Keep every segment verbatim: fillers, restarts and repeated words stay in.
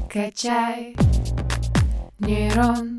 Качай нейрон,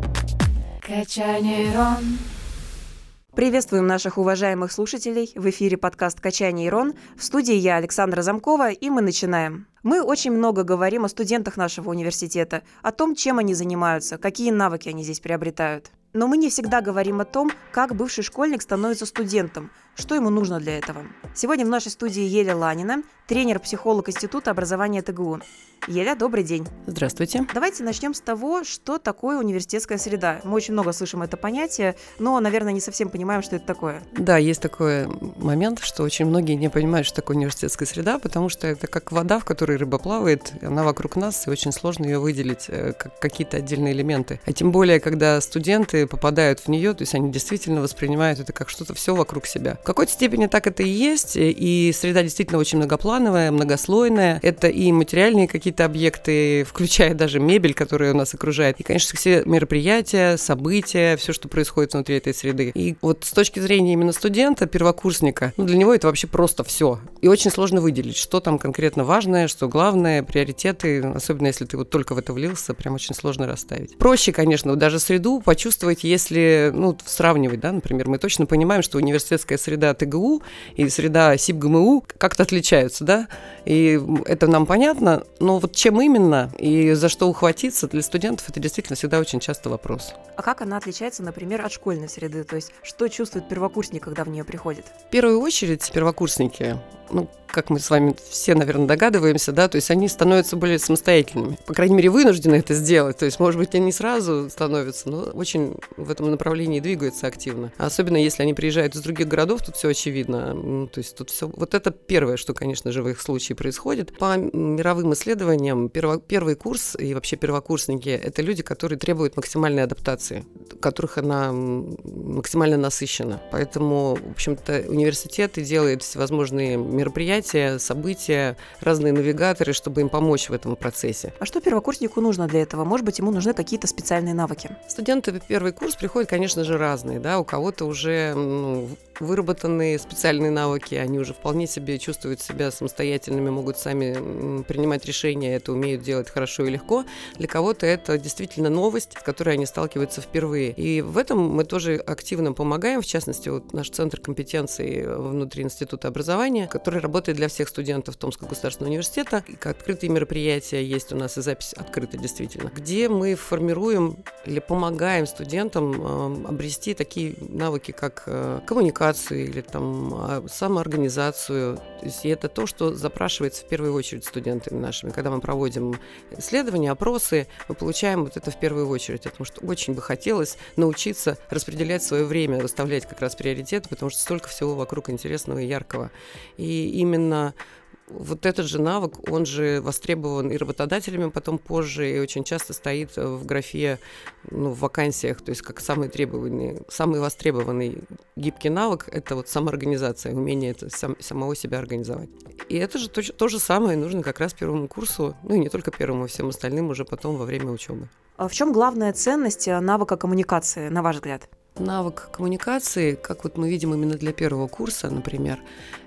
качай нейрон. Приветствуем наших уважаемых слушателей. В эфире подкаст «Качай нейрон». В студии я, Александра Замкова, и мы начинаем. Мы очень много говорим о студентах нашего университета, о том, чем они занимаются, какие навыки они здесь приобретают. Но мы не всегда говорим о том, как бывший школьник становится студентом, что ему нужно для этого. Сегодня в нашей студии Еля Ланина, тренер-психолог Института образования ТГУ. Еля, добрый день. Здравствуйте. Давайте начнем с того, что такое университетская среда. Мы очень много слышим это понятие, но, наверное, не совсем понимаем, что это такое. Да, есть такой момент, что очень многие не понимают, что такое университетская среда, потому что это как вода, в которой рыба плавает, она вокруг нас, и очень сложно ее выделить как какие-то отдельные элементы. А тем более, когда студенты попадают в нее, то есть они действительно воспринимают это как что-то все вокруг себя. В какой-то степени так это и есть, и среда действительно очень многоплановая, многослойная. Это и материальные какие-то объекты, включая даже мебель, которая у нас окружает, и, конечно, все мероприятия, события, все, что происходит внутри этой среды. И вот с точки зрения именно студента, первокурсника, ну, для него это вообще просто все. И очень сложно выделить, что там конкретно важное, что главное, приоритеты, особенно если ты вот только в это влился, прям очень сложно расставить. Проще, конечно, вот даже среду почувствовать, если, ну, сравнивать, да, например, мы точно понимаем, что университетская среда ТГУ и среда СИП-ГМУ как-то отличаются, да, и это нам понятно, но вот чем именно и за что ухватиться для студентов, это действительно всегда очень часто вопрос. А как она отличается, например, от школьной среды? То есть что чувствует первокурсник, когда в нее приходит? В первую очередь первокурсники, ну, как мы с вами все, наверное, догадываемся, да, то есть они становятся более самостоятельными. По крайней мере, вынуждены это сделать. То есть, может быть, они не сразу становятся, но очень в этом направлении двигаются активно. Особенно, если они приезжают из других городов, тут все очевидно. Ну, то есть тут все. Вот это первое, что, конечно же, в их случае происходит. По мировым исследованиям, перво... первый курс и вообще первокурсники — это люди, которые требуют максимальной адаптации, у которых она максимально насыщена. Поэтому, в общем-то, университет и делает всевозможные мероприятия, события, разные навигаторы, чтобы им помочь в этом процессе. А что первокурснику нужно для этого? Может быть, ему нужны какие-то специальные навыки? Студенты в первый курс приходят, конечно же, разные. Да? У кого-то уже ну, выработанные специальные навыки, они уже вполне себе чувствуют себя самостоятельными, могут сами принимать решения, это умеют делать хорошо и легко. Для кого-то это действительно новость, с которой они сталкиваются впервые. И в этом мы тоже активно помогаем. В частности, вот наш центр компетенций внутри Института образования, который работает для всех студентов Томского государственного университета. Открытые мероприятия есть у нас, и запись открыта действительно, где мы формируем или помогаем студентам э, обрести такие навыки, как э, коммуникацию или там, самоорганизацию. То есть это то, что запрашивается в первую очередь студентами нашими. Когда мы проводим исследования, опросы, мы получаем вот это в первую очередь, потому что очень бы хотелось научиться распределять свое время, расставлять как раз приоритеты, потому что столько всего вокруг интересного и яркого. И именно вот этот же навык, он же востребован и работодателями потом позже, и очень часто стоит в графе, ну, в вакансиях, то есть как самый требованный, самый востребованный гибкий навык — это вот самоорганизация, умение это сам, самого себя организовать. И это же то, то же самое нужно как раз первому курсу, ну и не только первому, а всем остальным уже потом во время учебы. А в чем главная ценность навыка коммуникации, на ваш взгляд? Навык коммуникации, как вот мы видим именно для первого курса, например,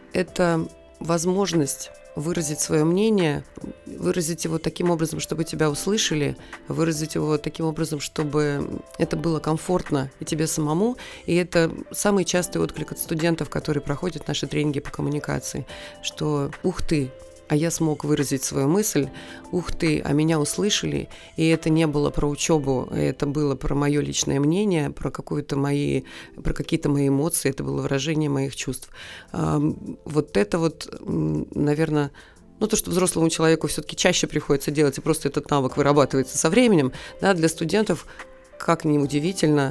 это возможность выразить свое мнение, выразить его таким образом, чтобы тебя услышали, выразить его таким образом, чтобы это было комфортно и тебе самому. И это самый частый отклик от студентов, которые проходят наши тренинги по коммуникации, что «ух ты, а я смог выразить свою мысль, ух ты, а меня услышали», и это не было про учебу, это было про мое личное мнение, про, какую-то мои, про какие-то мои эмоции, это было выражение моих чувств. Вот это вот, наверное, ну, то, что взрослому человеку все-таки чаще приходится делать, и просто этот навык вырабатывается со временем, да, для студентов, как ни удивительно,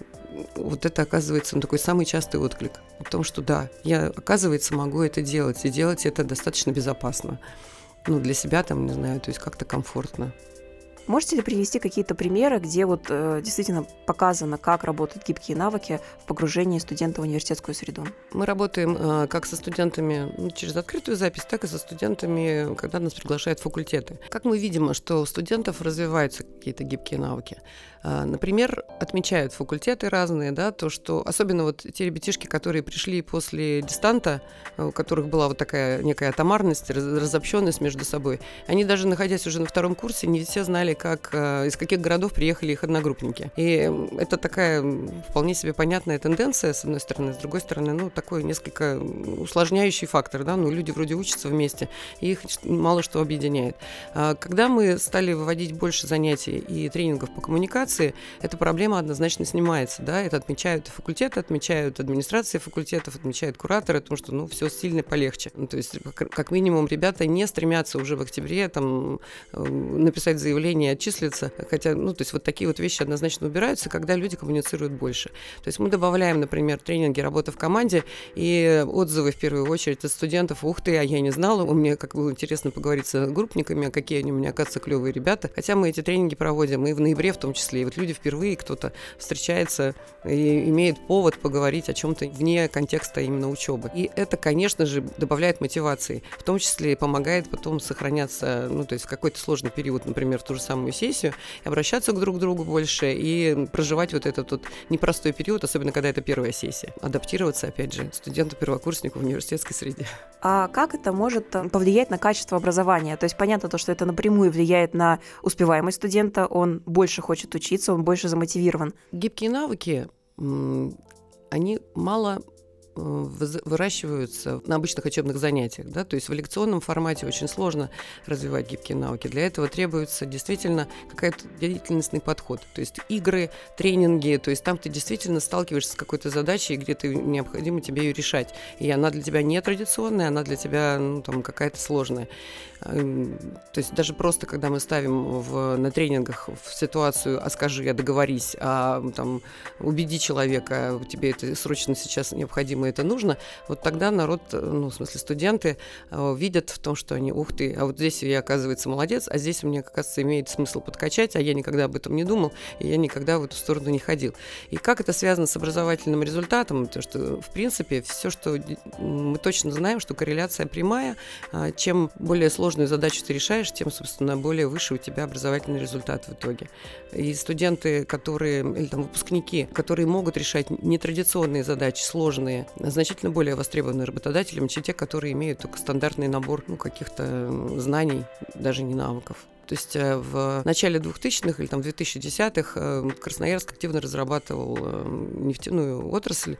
вот это оказывается ну, такой самый частый отклик о том, что да, я, оказывается, могу это делать, и делать это достаточно безопасно. Ну, для себя там, не знаю, то есть как-то комфортно. Можете ли привести какие-то примеры, где вот э, действительно показано, как работают гибкие навыки в погружении студента в университетскую среду? Мы работаем э, как со студентами ну, через открытую запись, так и со студентами, когда нас приглашают факультеты. Как мы видим, что у студентов развиваются какие-то гибкие навыки. Э, например, отмечают факультеты разные, да, то, что особенно вот те ребятишки, которые пришли после дистанта, у которых была вот такая некая атомарность, разобщенность между собой, они даже находясь уже на втором курсе, не все знали, как, э, из каких городов приехали их одногруппники. И это такая вполне себе понятная тенденция, с одной стороны, с другой стороны, ну, такой несколько усложняющий фактор, да, ну, люди вроде учатся вместе, и их мало что объединяет. А когда мы стали выводить больше занятий и тренингов по коммуникации, эта проблема однозначно снимается, да, это отмечают факультеты, отмечают администрации факультетов, отмечают кураторы, потому что, ну, все сильно полегче. Ну, то есть, как, как минимум, ребята не стремятся уже в октябре там написать заявление, отчислиться, хотя, ну, то есть, вот такие вот вещи однозначно убираются, когда люди коммуницируют больше. То есть мы добавляем, например, тренинги работы в команде и отзывы в первую очередь от студентов. Ух ты, а я не знала, мне как было интересно поговорить с группниками, какие они у меня, оказывается, клевые ребята. Хотя мы эти тренинги проводим и в ноябре в том числе. И вот люди впервые, кто-то встречается и имеет повод поговорить о чем-то вне контекста именно учебы. И это, конечно же, добавляет мотивации, в том числе и помогает потом сохраняться, ну, то есть в какой-то сложный период, например, в ту же самую сессию, обращаться к друг другу больше и проживать вот этот вот непростой период, особенно когда это первая сессия. Адаптироваться, опять же, студенту-первокурснику в университетской среде. А как это может повлиять на качество образования? То есть понятно то, что это напрямую влияет на успеваемость студента, он больше хочет учиться, он больше замотивирован. Гибкие навыки, они мало выращиваются на обычных учебных занятиях, да, то есть в лекционном формате очень сложно развивать гибкие навыки. Для этого требуется действительно какой-то деятельностный подход, то есть игры, тренинги, то есть там ты действительно сталкиваешься с какой-то задачей, где ты необходимо тебе ее решать, и она для тебя не традиционная, она для тебя, ну, там, какая-то сложная. То есть даже просто, когда мы ставим в, на тренингах в ситуацию «а скажи, а договорись», а там, убеди человека, тебе это срочно сейчас необходимо, это нужно, вот тогда народ, ну, в смысле студенты, видят в том, что они, ух ты, а вот здесь я, оказывается, молодец, а здесь мне, оказывается, имеет смысл подкачать, а я никогда об этом не думал, и я никогда в эту сторону не ходил. И как это связано с образовательным результатом? Потому что, в принципе, все, что мы точно знаем, что корреляция прямая, чем более сложную задачу ты решаешь, тем, собственно, более выше у тебя образовательный результат в итоге. И студенты, которые, или там выпускники, которые могут решать нетрадиционные задачи, сложные, значительно более востребованы работодателем, чем те, которые имеют только стандартный набор, ну, каких-то знаний, даже не навыков. То есть в начале двухтысячных или там в двухтысячных Красноярск активно разрабатывал нефтяную отрасль,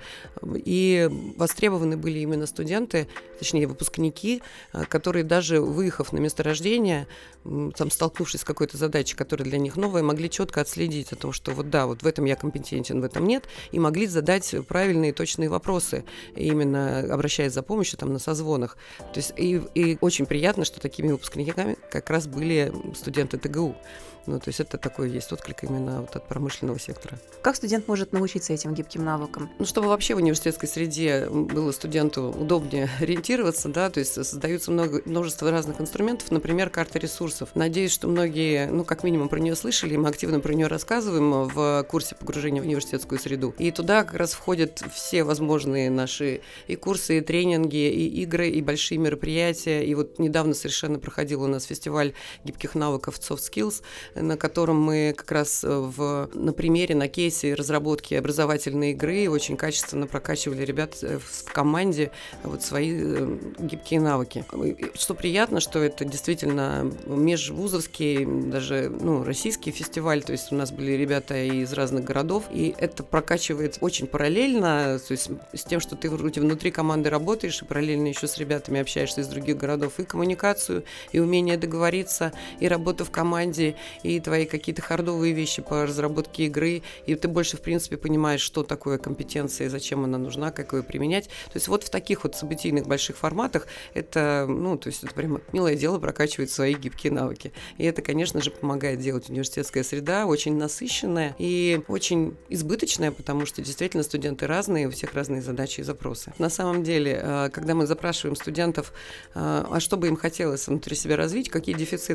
и востребованы были именно студенты, точнее выпускники, которые даже выехав на месторождение, там, столкнувшись с какой-то задачей, которая для них новая, могли четко отследить о том, что вот да, вот в этом я компетентен, в этом нет, и могли задать правильные точные вопросы, именно обращаясь за помощью там, на созвонах. То есть и, и очень приятно, что такими выпускниками как раз были студенты ТГУ. Ну, то есть это такой есть отклик именно вот от промышленного сектора. Как студент может научиться этим гибким навыкам? Ну, чтобы вообще в университетской среде было студенту удобнее ориентироваться, да, то есть создаются много, множество разных инструментов, например, карта ресурсов. Надеюсь, что многие, ну, как минимум, про нее слышали, и мы активно про нее рассказываем в курсе погружения в университетскую среду. И туда как раз входят все возможные наши и курсы, и тренинги, и игры, и большие мероприятия. И вот недавно совершенно проходил у нас фестиваль гибких навыков Soft Skills, на котором мы как раз в, на примере, на кейсе разработки образовательной игры очень качественно прокачивали ребят в команде вот свои гибкие навыки. Что приятно, что это действительно межвузовский, даже ну, российский фестиваль, то есть у нас были ребята из разных городов, и это прокачивает очень параллельно, то есть с тем, что ты вроде внутри команды работаешь, и параллельно еще с ребятами общаешься из других городов, и коммуникацию, и умение договориться, и работа в команде, и твои какие-то хардовые вещи по разработке игры, и ты больше, в принципе, понимаешь, что такое компетенция, зачем она нужна, как ее применять. То есть вот в таких вот событийных больших форматах это, ну, то есть это прямо милое дело прокачивать свои гибкие навыки. И это, конечно же, помогает делать университетская среда, очень насыщенная и очень избыточная, потому что действительно студенты разные, у всех разные задачи и запросы. На самом деле, когда мы запрашиваем студентов, а что бы им хотелось внутри себя развить, какие дефициты они внутри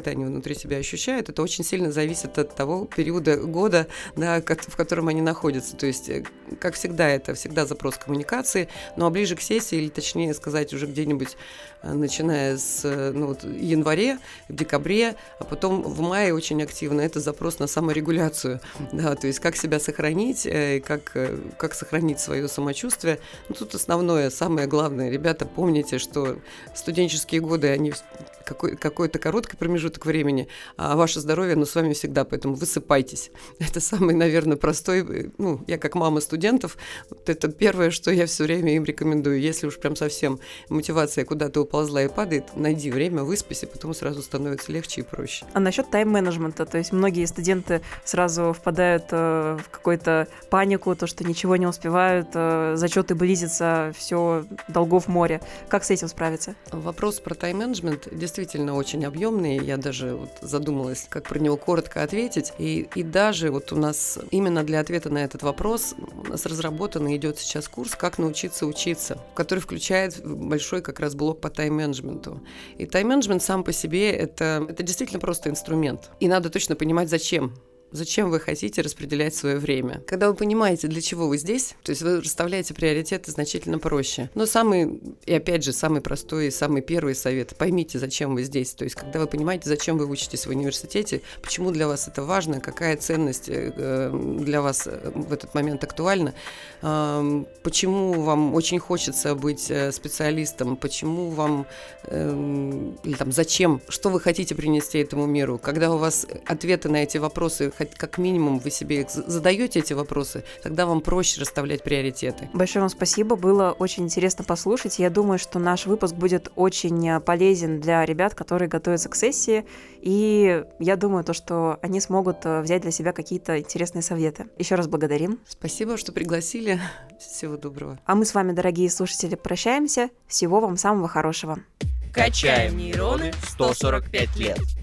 внутри себя ощущают, это очень сильно зависит от того периода года, да, в котором они находятся. То есть, как всегда, это всегда запрос коммуникации, ну а ближе к сессии, или точнее сказать, уже где-нибудь начиная с ну, вот, января, в декабре, а потом в мае очень активно это запрос на саморегуляцию. Да, то есть как себя сохранить, как, как сохранить свое самочувствие. Ну, тут основное, самое главное, ребята, помните, что студенческие годы, они какой, какой-то короткий промежуток времени, а ваше здоровье, оно с вами всегда, поэтому высыпайтесь. Это самый, наверное, простой, ну, я как мама студентов, вот это первое, что я все время им рекомендую. Если уж прям совсем мотивация куда-то уползла и падает, найди время, выспись, и потом сразу становится легче и проще. А насчет тайм-менеджмента, то есть многие студенты сразу впадают э, в какую-то панику, то, что ничего не успевают, э, зачеты близятся, все, долгов море. Как с этим справиться? Вопрос про тайм-менеджмент действительно очень объемный. Я даже вот задумалась, как про него коротко ответить. И, и даже вот у нас именно для ответа на этот вопрос у нас разработан и идет сейчас курс «Как научиться учиться», который включает большой как раз блок по тайм-менеджменту. И тайм-менеджмент сам по себе это, это действительно просто инструмент. И надо точно понимать, зачем. Зачем вы хотите распределять свое время? Когда вы понимаете, для чего вы здесь, то есть вы расставляете приоритеты значительно проще. Но самый, и опять же, самый простой и самый первый совет – поймите, зачем вы здесь. То есть когда вы понимаете, зачем вы учитесь в университете, почему для вас это важно, какая ценность для вас в этот момент актуальна, почему вам очень хочется быть специалистом, почему вам, или там, зачем, что вы хотите принести этому миру. Когда у вас ответы на эти вопросы, хоть как минимум вы себе задаете эти вопросы, тогда вам проще расставлять приоритеты. Большое вам спасибо, было очень интересно послушать. Я думаю, что наш выпуск будет очень полезен для ребят, которые готовятся к сессии, и я думаю, то, что они смогут взять для себя какие-то интересные советы. Еще раз благодарим. Спасибо, что пригласили. Всего доброго. А мы с вами, дорогие слушатели, прощаемся. Всего вам самого хорошего. Качаем нейроны сто сорок пять лет.